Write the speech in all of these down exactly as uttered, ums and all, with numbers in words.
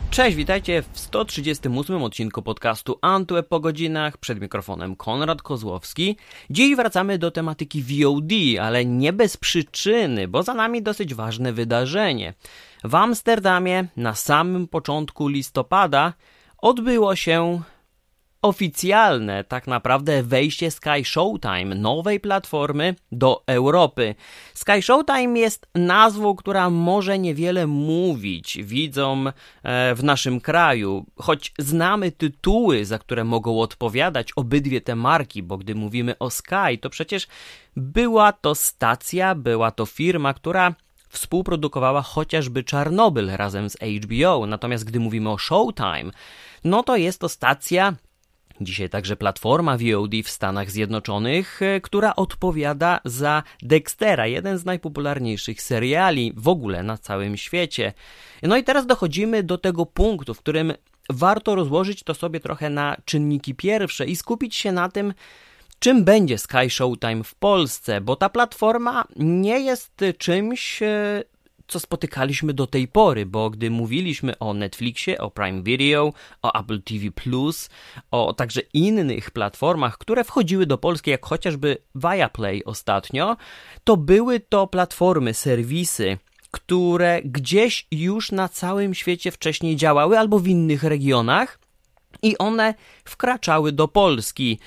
Cześć, witajcie w sto trzydziestym ósmym odcinku podcastu Antweb po godzinach. Przed mikrofonem Konrad Kozłowski. Dziś wracamy do tematyki V O D, ale nie bez przyczyny, bo za nami dosyć ważne wydarzenie. W Amsterdamie na samym początku listopada odbyło się oficjalne tak naprawdę wejście Sky Showtime, nowej platformy, do Europy. Sky Showtime jest nazwą, która może niewiele mówić widzom w naszym kraju, choć znamy tytuły, za które mogą odpowiadać obydwie te marki, bo gdy mówimy o Sky, to przecież była to stacja, była to firma, która współprodukowała chociażby Czarnobyl razem z H B O, natomiast gdy mówimy o Showtime, no to jest to stacja, dzisiaj także platforma V O D w Stanach Zjednoczonych, która odpowiada za Dextera, jeden z najpopularniejszych seriali w ogóle na całym świecie. No i teraz dochodzimy do tego punktu, w którym warto rozłożyć to sobie trochę na czynniki pierwsze i skupić się na tym, czym będzie Sky Showtime w Polsce, bo ta platforma nie jest czymś, co spotykaliśmy do tej pory, bo gdy mówiliśmy o Netflixie, o Prime Video, o Apple T V plus, o także innych platformach, które wchodziły do Polski, jak chociażby Viaplay ostatnio, to były to platformy, serwisy, które gdzieś już na całym świecie wcześniej działały albo w innych regionach i one wkraczały do Polski.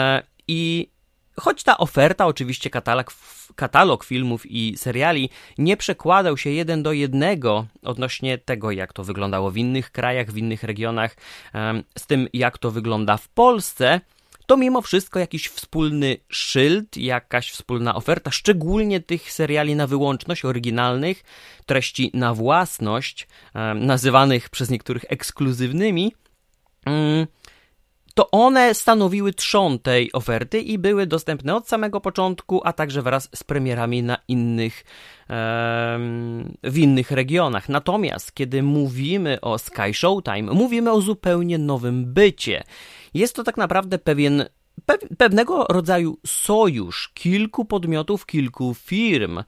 I choć ta oferta, oczywiście katalog, katalog filmów i seriali nie przekładał się jeden do jednego odnośnie tego, jak to wyglądało w innych krajach, w innych regionach, z tym, jak to wygląda w Polsce, to mimo wszystko jakiś wspólny szyld, jakaś wspólna oferta, szczególnie tych seriali na wyłączność, oryginalnych, treści na własność, nazywanych przez niektórych ekskluzywnymi, to one stanowiły trzon tej oferty i były dostępne od samego początku, a także wraz z premierami na innych, w innych regionach. Natomiast kiedy mówimy o Sky Showtime, mówimy o zupełnie nowym bycie. Jest to tak naprawdę pewien, pe, pewnego rodzaju sojusz kilku podmiotów, kilku firm,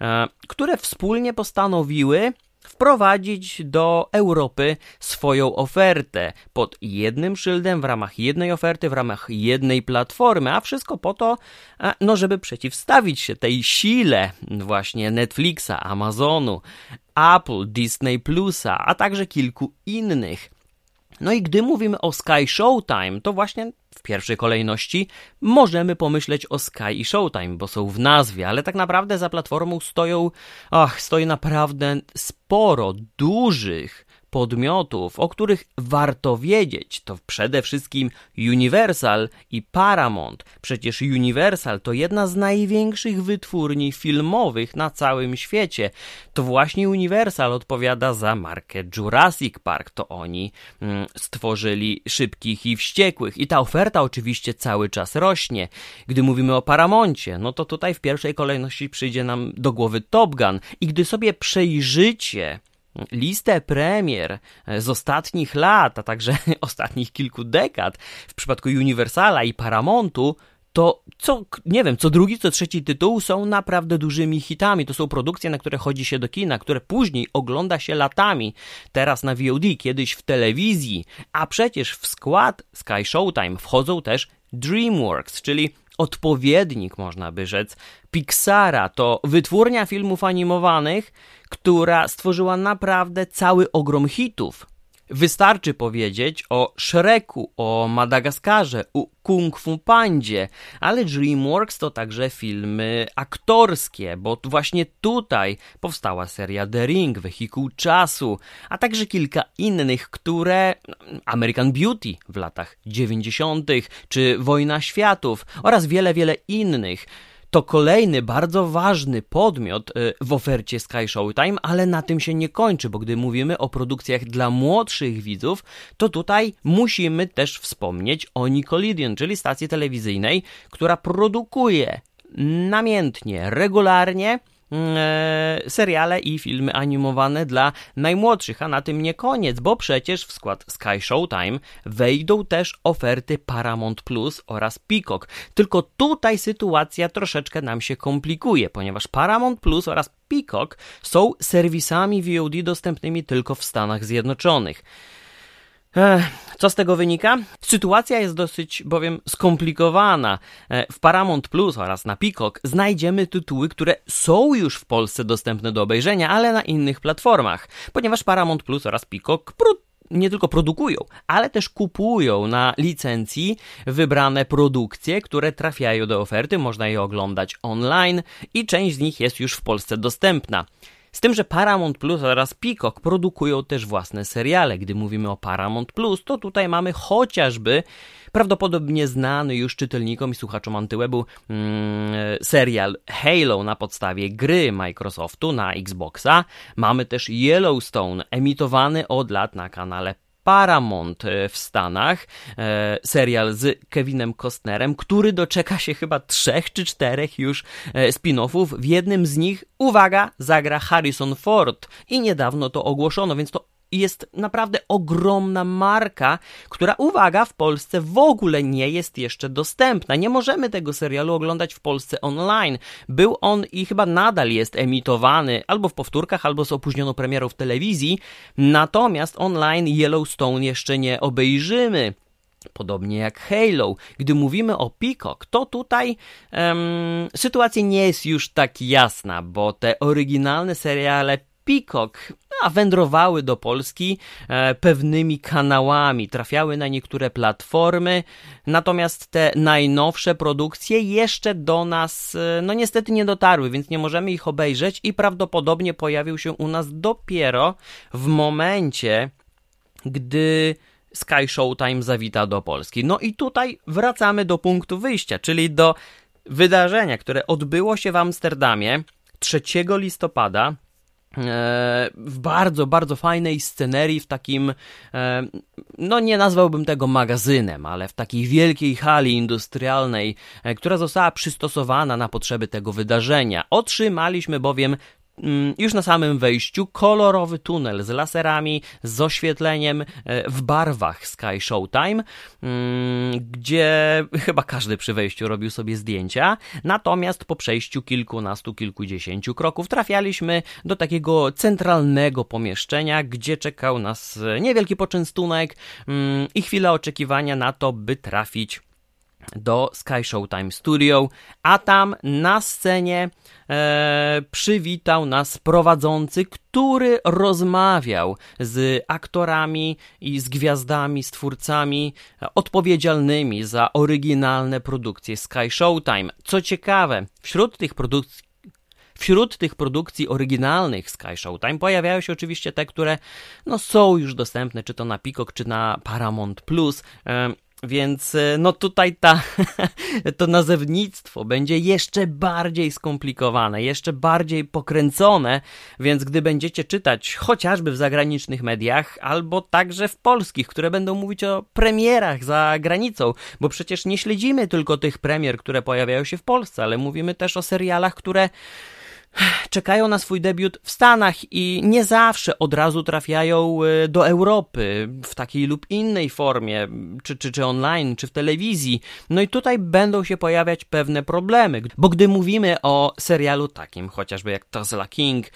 które wspólnie postanowiły wprowadzić do Europy swoją ofertę pod jednym szyldem, w ramach jednej oferty, w ramach jednej platformy, a wszystko po to, no żeby przeciwstawić się tej sile właśnie Netflixa, Amazonu, Apple, Disney Plusa, a także kilku innych. No i gdy mówimy o Sky Showtime, to właśnie w pierwszej kolejności możemy pomyśleć o Sky i Showtime, bo są w nazwie, ale tak naprawdę za platformą stoją, ach, stoi naprawdę sporo dużych podmiotów, o których warto wiedzieć. To przede wszystkim Universal i Paramount. Przecież Universal to jedna z największych wytwórni filmowych na całym świecie. To właśnie Universal odpowiada za markę Jurassic Park. To oni mm, stworzyli Szybkich i Wściekłych. I ta oferta oczywiście cały czas rośnie. Gdy mówimy o Paramouncie, no to tutaj w pierwszej kolejności przyjdzie nam do głowy Top Gun. I gdy sobie przejrzycie listę premier z ostatnich lat, a także ostatnich kilku dekad w przypadku Universala i Paramountu, to co, nie wiem, co drugi, co trzeci tytuł są naprawdę dużymi hitami. To są produkcje, na które chodzi się do kina, które później ogląda się latami. Teraz na V O D, kiedyś w telewizji, a przecież w skład Sky Showtime wchodzą też DreamWorks, czyli odpowiednik, można by rzec, Pixara. To wytwórnia filmów animowanych, która stworzyła naprawdę cały ogrom hitów. Wystarczy powiedzieć o Shreku, o Madagaskarze, o Kung Fu Pandzie, ale DreamWorks to także filmy aktorskie, bo właśnie tutaj powstała seria The Ring, Wehikuł Czasu, a także kilka innych, które American Beauty w latach dziewięćdziesiątych czy Wojna Światów oraz wiele, wiele innych. To kolejny bardzo ważny podmiot w ofercie Sky Showtime, ale na tym się nie kończy, bo gdy mówimy o produkcjach dla młodszych widzów, to tutaj musimy też wspomnieć o Nickelodeon, czyli stacji telewizyjnej, która produkuje namiętnie, regularnie e, seriale i filmy animowane dla najmłodszych, a na tym nie koniec, bo przecież w skład Sky Showtime wejdą też oferty Paramount Plus oraz Peacock. Tylko tutaj sytuacja troszeczkę nam się komplikuje, ponieważ Paramount Plus oraz Peacock są serwisami V O D dostępnymi tylko w Stanach Zjednoczonych. Co z tego wynika? Sytuacja jest dosyć bowiem skomplikowana. W Paramount Plus oraz na Peacock znajdziemy tytuły, które są już w Polsce dostępne do obejrzenia, ale na innych platformach, ponieważ Paramount Plus oraz Peacock nie tylko produkują, ale też kupują na licencji wybrane produkcje, które trafiają do oferty, można je oglądać online i część z nich jest już w Polsce dostępna. Z tym, że Paramount Plus oraz Peacock produkują też własne seriale. Gdy mówimy o Paramount Plus, to tutaj mamy chociażby prawdopodobnie znany już czytelnikom i słuchaczom Antywebu mm, serial Halo na podstawie gry Microsoftu na Xboxa. Mamy też Yellowstone, emitowany od lat na kanale Paramount w Stanach, e, serial z Kevinem Costnerem, który doczeka się chyba trzech czy czterech już e, spin-offów. W jednym z nich, uwaga, zagra Harrison Ford i niedawno to ogłoszono, więc to jest naprawdę ogromna marka, która, uwaga, w Polsce w ogóle nie jest jeszcze dostępna. Nie możemy tego serialu oglądać w Polsce online. Był on i chyba nadal jest emitowany albo w powtórkach, albo z opóźnioną premierą w telewizji, natomiast online Yellowstone jeszcze nie obejrzymy. Podobnie jak Halo. Gdy mówimy o Peacock, to tutaj um, sytuacja nie jest już tak jasna, bo te oryginalne seriale Peacock a wędrowały do Polski e, pewnymi kanałami, trafiały na niektóre platformy, natomiast te najnowsze produkcje jeszcze do nas, e, no niestety nie dotarły, więc nie możemy ich obejrzeć i prawdopodobnie pojawił się u nas dopiero w momencie, gdy Sky Showtime zawita do Polski. No i tutaj wracamy do punktu wyjścia, czyli do wydarzenia, które odbyło się w Amsterdamie trzeciego listopada, w bardzo, bardzo fajnej scenerii, w takim, no nie nazwałbym tego magazynem, ale w takiej wielkiej hali industrialnej, która została przystosowana na potrzeby tego wydarzenia. Otrzymaliśmy bowiem już na samym wejściu kolorowy tunel z laserami, z oświetleniem w barwach Sky Showtime, gdzie chyba każdy przy wejściu robił sobie zdjęcia, natomiast po przejściu kilkunastu, kilkudziesięciu kroków trafialiśmy do takiego centralnego pomieszczenia, gdzie czekał nas niewielki poczęstunek i chwila oczekiwania na to, by trafić do Sky Showtime Studio, a tam na scenie e, przywitał nas prowadzący, który rozmawiał z aktorami i z gwiazdami, z twórcami odpowiedzialnymi za oryginalne produkcje Sky Showtime. Co ciekawe, wśród tych produkcji Wśród tych produkcji oryginalnych Sky Showtime pojawiają się oczywiście te, które no, są już dostępne, czy to na Peacock, czy na Paramount Plus. E, Więc no tutaj ta, to nazewnictwo będzie jeszcze bardziej skomplikowane, jeszcze bardziej pokręcone, więc gdy będziecie czytać chociażby w zagranicznych mediach, albo także w polskich, które będą mówić o premierach za granicą, bo przecież nie śledzimy tylko tych premier, które pojawiają się w Polsce, ale mówimy też o serialach, które czekają na swój debiut w Stanach i nie zawsze od razu trafiają do Europy w takiej lub innej formie, czy, czy, czy online, czy w telewizji. No i tutaj będą się pojawiać pewne problemy, bo gdy mówimy o serialu takim, chociażby jak Tulsa King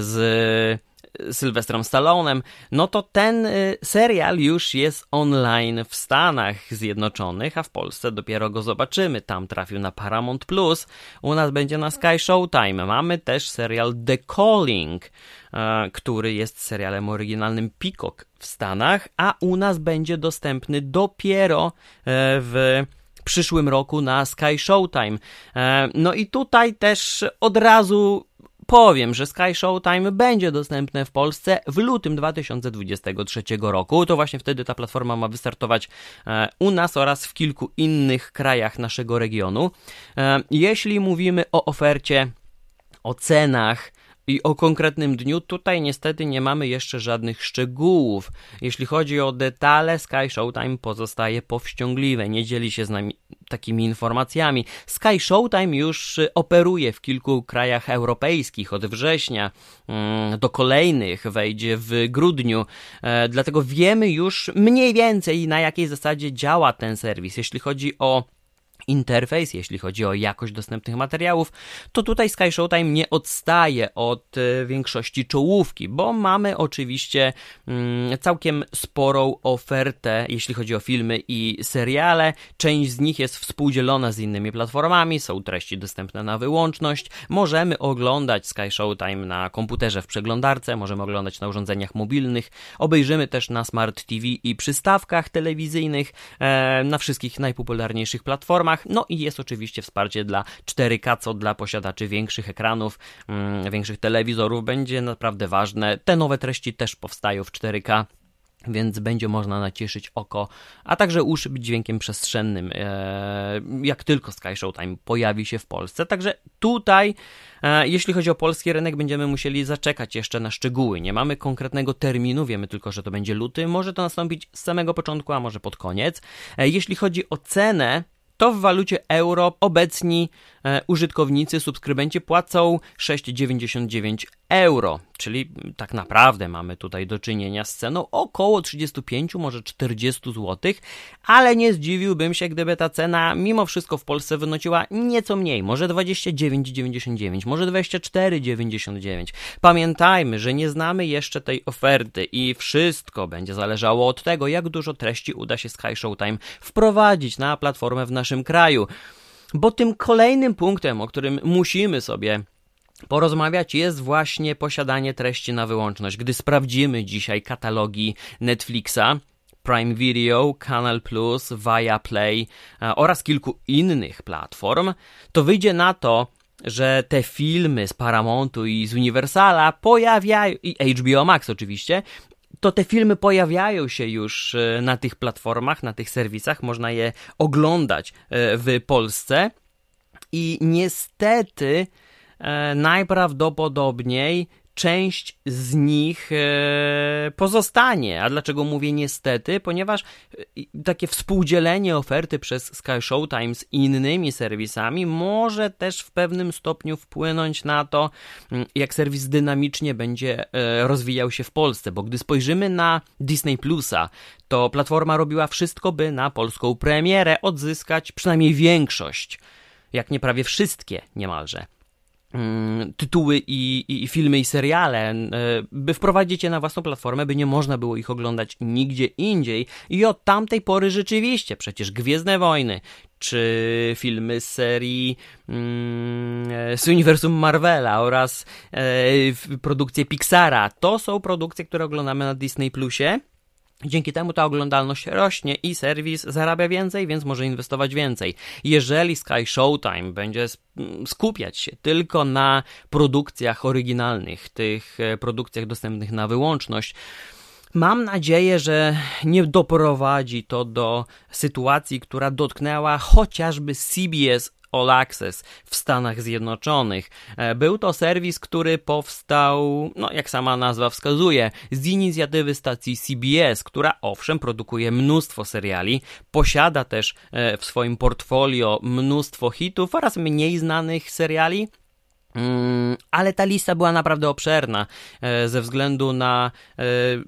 z Sylwestrem Stallonem, no to ten serial już jest online w Stanach Zjednoczonych, a w Polsce dopiero go zobaczymy. Tam trafił na Paramount Plus, u nas będzie na Sky Showtime. Mamy też serial The Calling, który jest serialem oryginalnym Peacock w Stanach, a u nas będzie dostępny dopiero w przyszłym roku na Sky Showtime. No i tutaj też od razu powiem, że Sky Showtime będzie dostępne w Polsce w lutym dwa tysiące dwudziestego trzeciego roku. To właśnie wtedy ta platforma ma wystartować u nas oraz w kilku innych krajach naszego regionu. Jeśli mówimy o ofercie, o cenach, I o konkretnym dniu tutaj niestety nie mamy jeszcze żadnych szczegółów. Jeśli chodzi o detale, Sky Showtime pozostaje powściągliwe, nie dzieli się z nami takimi informacjami. Sky Showtime już operuje w kilku krajach europejskich od września, do kolejnych wejdzie w grudniu, dlatego wiemy już mniej więcej, na jakiej zasadzie działa ten serwis. Jeśli chodzi o interfejs, jeśli chodzi o jakość dostępnych materiałów, to tutaj Sky Showtime nie odstaje od y, większości czołówki, bo mamy oczywiście y, całkiem sporą ofertę, jeśli chodzi o filmy i seriale. Część z nich jest współdzielona z innymi platformami, są treści dostępne na wyłączność, możemy oglądać Sky Showtime na komputerze w przeglądarce, możemy oglądać na urządzeniach mobilnych, obejrzymy też na Smart T V i przystawkach telewizyjnych, e, na wszystkich najpopularniejszych platformach. No i jest oczywiście wsparcie dla cztery K, co dla posiadaczy większych ekranów, mm, większych telewizorów będzie naprawdę ważne. Te nowe treści też powstają w cztery K, więc będzie można nacieszyć oko, a także uszy dźwiękiem przestrzennym, e, jak tylko Sky Showtime pojawi się w Polsce. Także tutaj, e, jeśli chodzi o polski rynek, będziemy musieli zaczekać jeszcze na szczegóły. Nie mamy konkretnego terminu, wiemy tylko, że to będzie luty. Może to nastąpić z samego początku, a może pod koniec. E, jeśli chodzi o cenę, to w walucie euro obecni e, użytkownicy, subskrybenci płacą sześć dziewięćdziesiąt dziewięć euro, czyli tak naprawdę mamy tutaj do czynienia z ceną około trzydzieści pięć, może czterdzieści złotych, ale nie zdziwiłbym się, gdyby ta cena mimo wszystko w Polsce wynosiła nieco mniej, może dwadzieścia dziewięć dziewięćdziesiąt dziewięć, może dwadzieścia cztery dziewięćdziesiąt dziewięć. Pamiętajmy, że nie znamy jeszcze tej oferty i wszystko będzie zależało od tego, jak dużo treści uda się Sky Showtime wprowadzić na platformę w naszym kraju. Bo tym kolejnym punktem, o którym musimy sobie porozmawiać, jest właśnie posiadanie treści na wyłączność. Gdy sprawdzimy dzisiaj katalogi Netflixa, Prime Video, Kanal Plus, Viaplay oraz kilku innych platform, to wyjdzie na to, że te filmy z Paramountu i z Universala pojawiają, i H B O Max oczywiście, to te filmy pojawiają się już na tych platformach, na tych serwisach, można je oglądać w Polsce i niestety e, najprawdopodobniej część z nich e, pozostanie. A dlaczego mówię niestety? Ponieważ e, takie współdzielenie oferty przez Sky Showtime z innymi serwisami może też w pewnym stopniu wpłynąć na to, jak serwis dynamicznie będzie e, rozwijał się w Polsce, bo gdy spojrzymy na Disney Plusa, to platforma robiła wszystko, by na polską premierę odzyskać przynajmniej większość, jak nie prawie wszystkie niemalże, tytuły i, i, i filmy i seriale, by wprowadzić je na własną platformę, by nie można było ich oglądać nigdzie indziej. I od tamtej pory rzeczywiście przecież Gwiezdne Wojny, czy filmy z serii mm, z uniwersum Marvela oraz e, produkcje Pixara, to są produkcje, które oglądamy na Disney Plusie. Dzięki temu ta oglądalność rośnie i serwis zarabia więcej, więc może inwestować więcej. Jeżeli Sky Showtime będzie skupiać się tylko na produkcjach oryginalnych, tych produkcjach dostępnych na wyłączność, mam nadzieję, że nie doprowadzi to do sytuacji, która dotknęła chociażby C B S All Access w Stanach Zjednoczonych. Był to serwis, który powstał, no jak sama nazwa wskazuje, z inicjatywy stacji C B S, która owszem produkuje mnóstwo seriali, posiada też w swoim portfolio mnóstwo hitów oraz mniej znanych seriali, Mm, ale ta lista była naprawdę obszerna e, ze względu na e,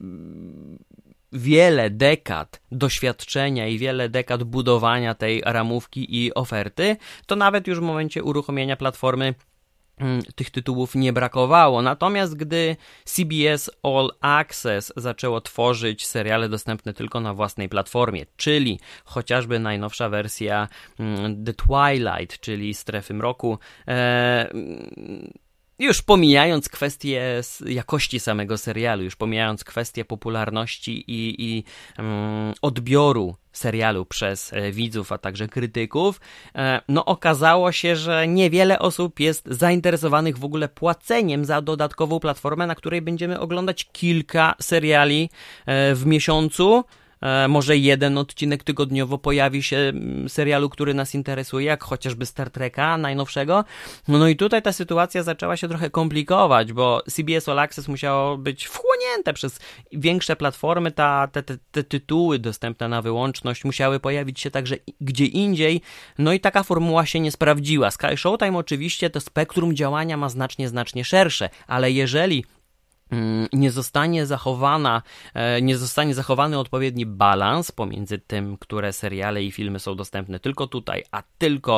wiele dekad doświadczenia i wiele dekad budowania tej ramówki i oferty, to nawet już w momencie uruchomienia platformy tych tytułów nie brakowało. Natomiast gdy C B S All Access zaczęło tworzyć seriale dostępne tylko na własnej platformie, czyli chociażby najnowsza wersja The Twilight, czyli Strefy Mroku, e, już pomijając kwestię jakości samego serialu, już pomijając kwestię popularności i, i um, odbioru serialu przez e, widzów, a także krytyków, e, no okazało się, że niewiele osób jest zainteresowanych w ogóle płaceniem za dodatkową platformę, na której będziemy oglądać kilka seriali e, w miesiącu, e, może jeden odcinek tygodniowo pojawi się serialu, który nas interesuje, jak chociażby Star Treka najnowszego. No i tutaj ta sytuacja zaczęła się trochę komplikować, bo C B S All Access musiało być wchłonięte przez większe platformy, ta, te, te, te tytuły dostępne na wyłączność musiały pojawić się także gdzie indziej, no i taka formuła się nie sprawdziła. Sky Showtime oczywiście to spektrum działania ma znacznie, znacznie szersze, ale jeżeli nie zostanie zachowana, nie zostanie zachowany odpowiedni balans pomiędzy tym, które seriale i filmy są dostępne tylko tutaj, a tylko,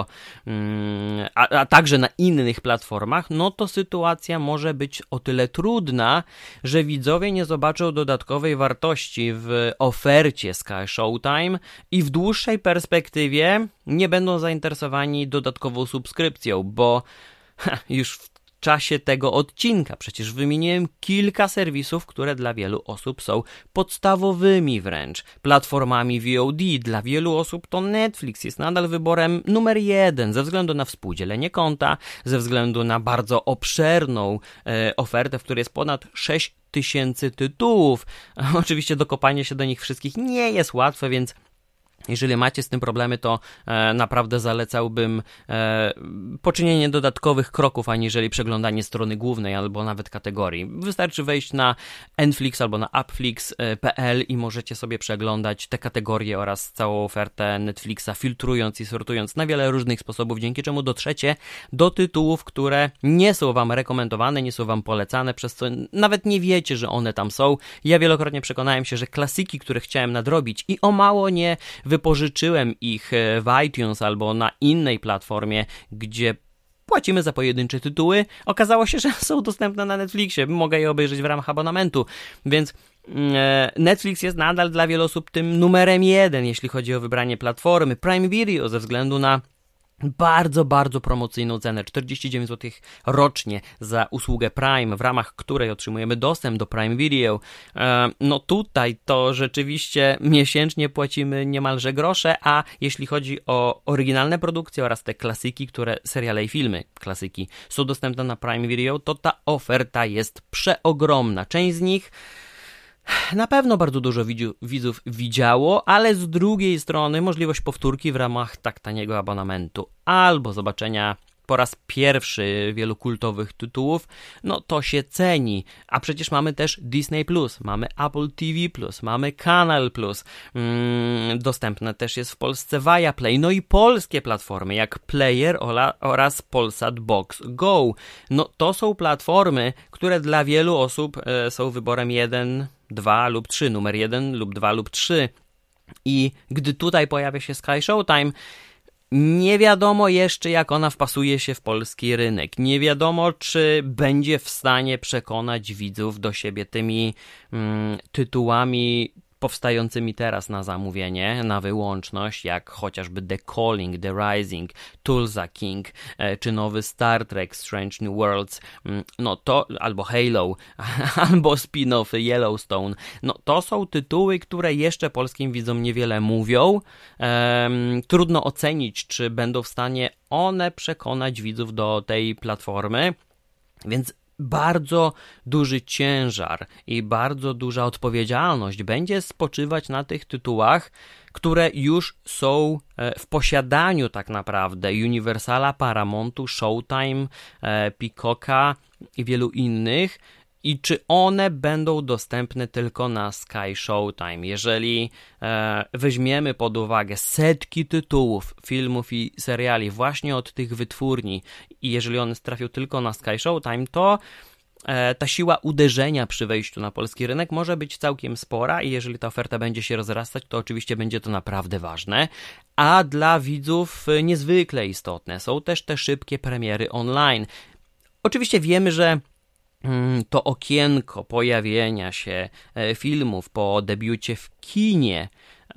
a, a także na innych platformach, no to sytuacja może być o tyle trudna, że widzowie nie zobaczą dodatkowej wartości w ofercie Sky Showtime i w dłuższej perspektywie nie będą zainteresowani dodatkową subskrypcją, bo ha, już w W czasie tego odcinka przecież wymieniłem kilka serwisów, które dla wielu osób są podstawowymi wręcz platformami V O D. Dla wielu osób to Netflix jest nadal wyborem numer jeden ze względu na współdzielenie konta, ze względu na bardzo obszerną e, ofertę, w której jest ponad sześć tysięcy tytułów. Oczywiście dokopanie się do nich wszystkich nie jest łatwe, więc jeżeli macie z tym problemy, to e, naprawdę zalecałbym e, poczynienie dodatkowych kroków, aniżeli przeglądanie strony głównej albo nawet kategorii. Wystarczy wejść na Netflix albo na appflix kropka p l i możecie sobie przeglądać te kategorie oraz całą ofertę Netflixa, filtrując i sortując na wiele różnych sposobów, dzięki czemu dotrzecie do tytułów, które nie są wam rekomendowane, nie są wam polecane, przez co nawet nie wiecie, że one tam są. Ja wielokrotnie przekonałem się, że klasyki, które chciałem nadrobić i o mało nie wypożyczyłem ich w iTunes albo na innej platformie, gdzie płacimy za pojedyncze tytuły, okazało się, że są dostępne na Netflixie. Mogę je obejrzeć w ramach abonamentu, więc Netflix jest nadal dla wielu osób tym numerem jeden, jeśli chodzi o wybranie platformy. Prime Video ze względu na bardzo, bardzo promocyjną cenę, czterdzieści dziewięć złotych rocznie za usługę Prime, w ramach której otrzymujemy dostęp do Prime Video. No tutaj to rzeczywiście miesięcznie płacimy niemalże grosze, a jeśli chodzi o oryginalne produkcje oraz te klasyki, które seriale i filmy, klasyki, są dostępne na Prime Video, to ta oferta jest przeogromna. Część z nich na pewno bardzo dużo widzów widziało, ale z drugiej strony możliwość powtórki w ramach tak taniego abonamentu albo zobaczenia po raz pierwszy wielu kultowych tytułów, no to się ceni. A przecież mamy też Disney plus, mamy Apple T V plus, mamy Kanal plus. Mm, dostępne też jest w Polsce Viaplay, no i polskie platformy jak Player oraz Polsat Box Go. No to są platformy, które dla wielu osób e, są wyborem jeden, dwa lub trzy, numer jeden lub dwa lub trzy. I gdy tutaj pojawia się Sky Showtime, nie wiadomo jeszcze, jak ona wpasuje się w polski rynek. Nie wiadomo, czy będzie w stanie przekonać widzów do siebie tymi mm, tytułami powstającymi teraz na zamówienie, na wyłączność, jak chociażby The Calling, The Rising, Tulsa King, e, czy nowy Star Trek, Strange New Worlds, no to, albo Halo, albo spin-offy Yellowstone, no to są tytuły, które jeszcze polskim widzom niewiele mówią. E, trudno ocenić, czy będą w stanie one przekonać widzów do tej platformy, więc bardzo duży ciężar i bardzo duża odpowiedzialność będzie spoczywać na tych tytułach, które już są w posiadaniu tak naprawdę Universala, Paramountu, Showtime, Peacocka i wielu innych. I czy one będą dostępne tylko na Sky Showtime? Jeżeli e, weźmiemy pod uwagę setki tytułów, filmów i seriali właśnie od tych wytwórni i jeżeli one trafią tylko na Sky Showtime, to e, ta siła uderzenia przy wejściu na polski rynek może być całkiem spora i jeżeli ta oferta będzie się rozrastać, to oczywiście będzie to naprawdę ważne. A dla widzów niezwykle istotne są też te szybkie premiery online. Oczywiście wiemy, że to okienko pojawienia się filmów po debiucie w kinie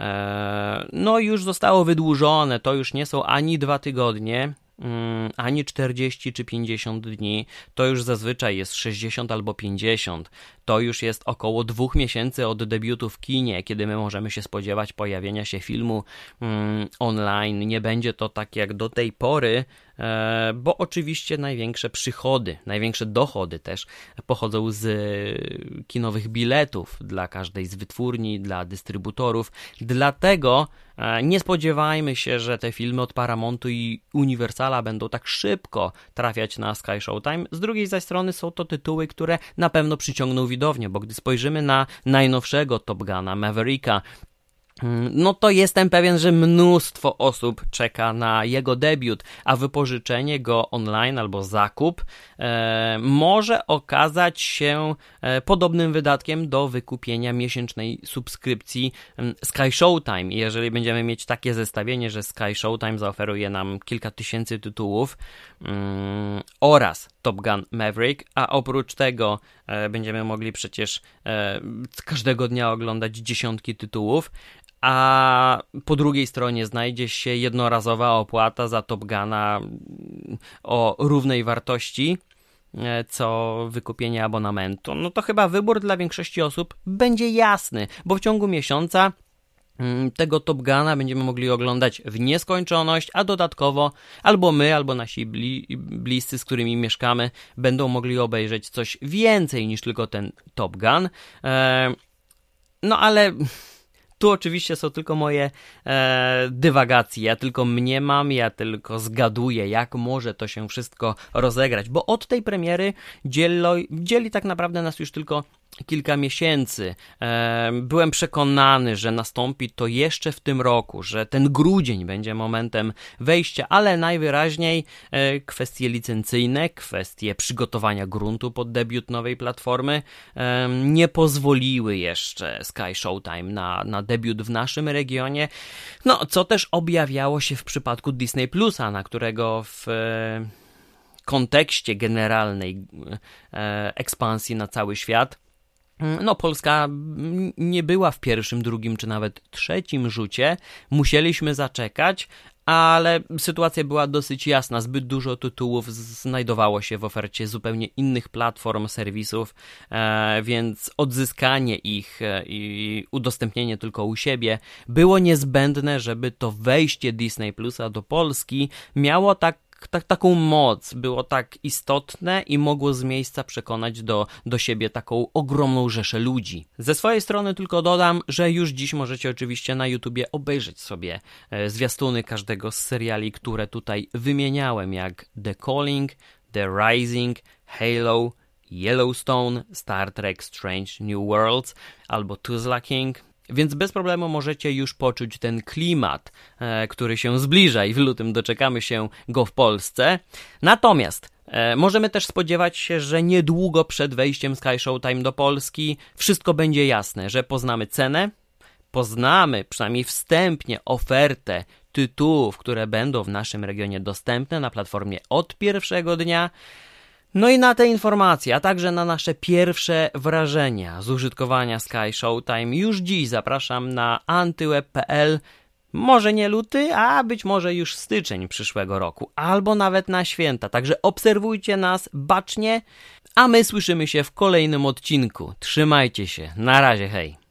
no już zostało wydłużone, to już nie są ani dwa tygodnie, ani czterdzieści czy pięćdziesiąt dni, to już zazwyczaj jest sześćdziesiąt albo pięćdziesiąt, to już jest około dwóch miesięcy od debiutu w kinie, kiedy my możemy się spodziewać pojawienia się filmu mm, online. Nie będzie to tak jak do tej pory bo oczywiście największe przychody, największe dochody też pochodzą z kinowych biletów dla każdej z wytwórni, dla dystrybutorów. Dlatego nie spodziewajmy się, że te filmy od Paramountu i Universala będą tak szybko trafiać na Sky Showtime. Z drugiej zaś strony są to tytuły, które na pewno przyciągną widownię, bo gdy spojrzymy na najnowszego Top Guna, Mavericka, no to jestem pewien, że mnóstwo osób czeka na jego debiut, a wypożyczenie go online albo zakup e, może okazać się e, podobnym wydatkiem do wykupienia miesięcznej subskrypcji e, Sky Showtime. I jeżeli będziemy mieć takie zestawienie, że Sky Showtime zaoferuje nam kilka tysięcy tytułów mm, oraz Top Gun Maverick, a oprócz tego e, będziemy mogli przecież e, każdego dnia oglądać dziesiątki tytułów, a po drugiej stronie znajdzie się jednorazowa opłata za Top Guna o równej wartości co wykupienie abonamentu, no to chyba wybór dla większości osób będzie jasny, bo w ciągu miesiąca tego Top Guna będziemy mogli oglądać w nieskończoność, a dodatkowo albo my, albo nasi bli, bliscy, z którymi mieszkamy, będą mogli obejrzeć coś więcej niż tylko ten Top Gun. E, no ale tu oczywiście są tylko moje e, dywagacje, ja tylko mniemam, ja tylko zgaduję, jak może to się wszystko rozegrać, bo od tej premiery dzielo, dzieli tak naprawdę nas już tylko kilka miesięcy. E, byłem przekonany, że nastąpi to jeszcze w tym roku, że ten grudzień będzie momentem wejścia, ale najwyraźniej e, kwestie licencyjne, kwestie przygotowania gruntu pod debiut nowej platformy e, nie pozwoliły jeszcze Sky Showtime na, na debiut w naszym regionie, no co też objawiało się w przypadku Disney Plusa, na którego w e, kontekście generalnej e, ekspansji na cały świat no Polska nie była w pierwszym, drugim czy nawet trzecim rzucie, musieliśmy zaczekać, ale sytuacja była dosyć jasna, zbyt dużo tytułów znajdowało się w ofercie zupełnie innych platform, serwisów, e, więc odzyskanie ich e, i udostępnienie tylko u siebie było niezbędne, żeby to wejście Disney Plusa do Polski miało tak Tak, taką moc, było tak istotne i mogło z miejsca przekonać do, do siebie taką ogromną rzeszę ludzi. Ze swojej strony tylko dodam, że już dziś możecie oczywiście na YouTubie obejrzeć sobie e, zwiastuny każdego z seriali, które tutaj wymieniałem, jak The Calling, The Rising, Halo, Yellowstone, Star Trek Strange New Worlds albo Tuzla King. Więc bez problemu możecie już poczuć ten klimat, e, który się zbliża i w lutym doczekamy się go w Polsce. Natomiast e, możemy też spodziewać się, że niedługo przed wejściem Sky Showtime do Polski wszystko będzie jasne, że poznamy cenę, poznamy przynajmniej wstępnie ofertę tytułów, które będą w naszym regionie dostępne na platformie od pierwszego dnia. No i na te informacje, a także na nasze pierwsze wrażenia z użytkowania Sky Showtime już dziś zapraszam na antyweb kropka pe el. Może nie luty, a być może już styczeń przyszłego roku, albo nawet na święta. Także obserwujcie nas bacznie, a my słyszymy się w kolejnym odcinku. Trzymajcie się, na razie, hej!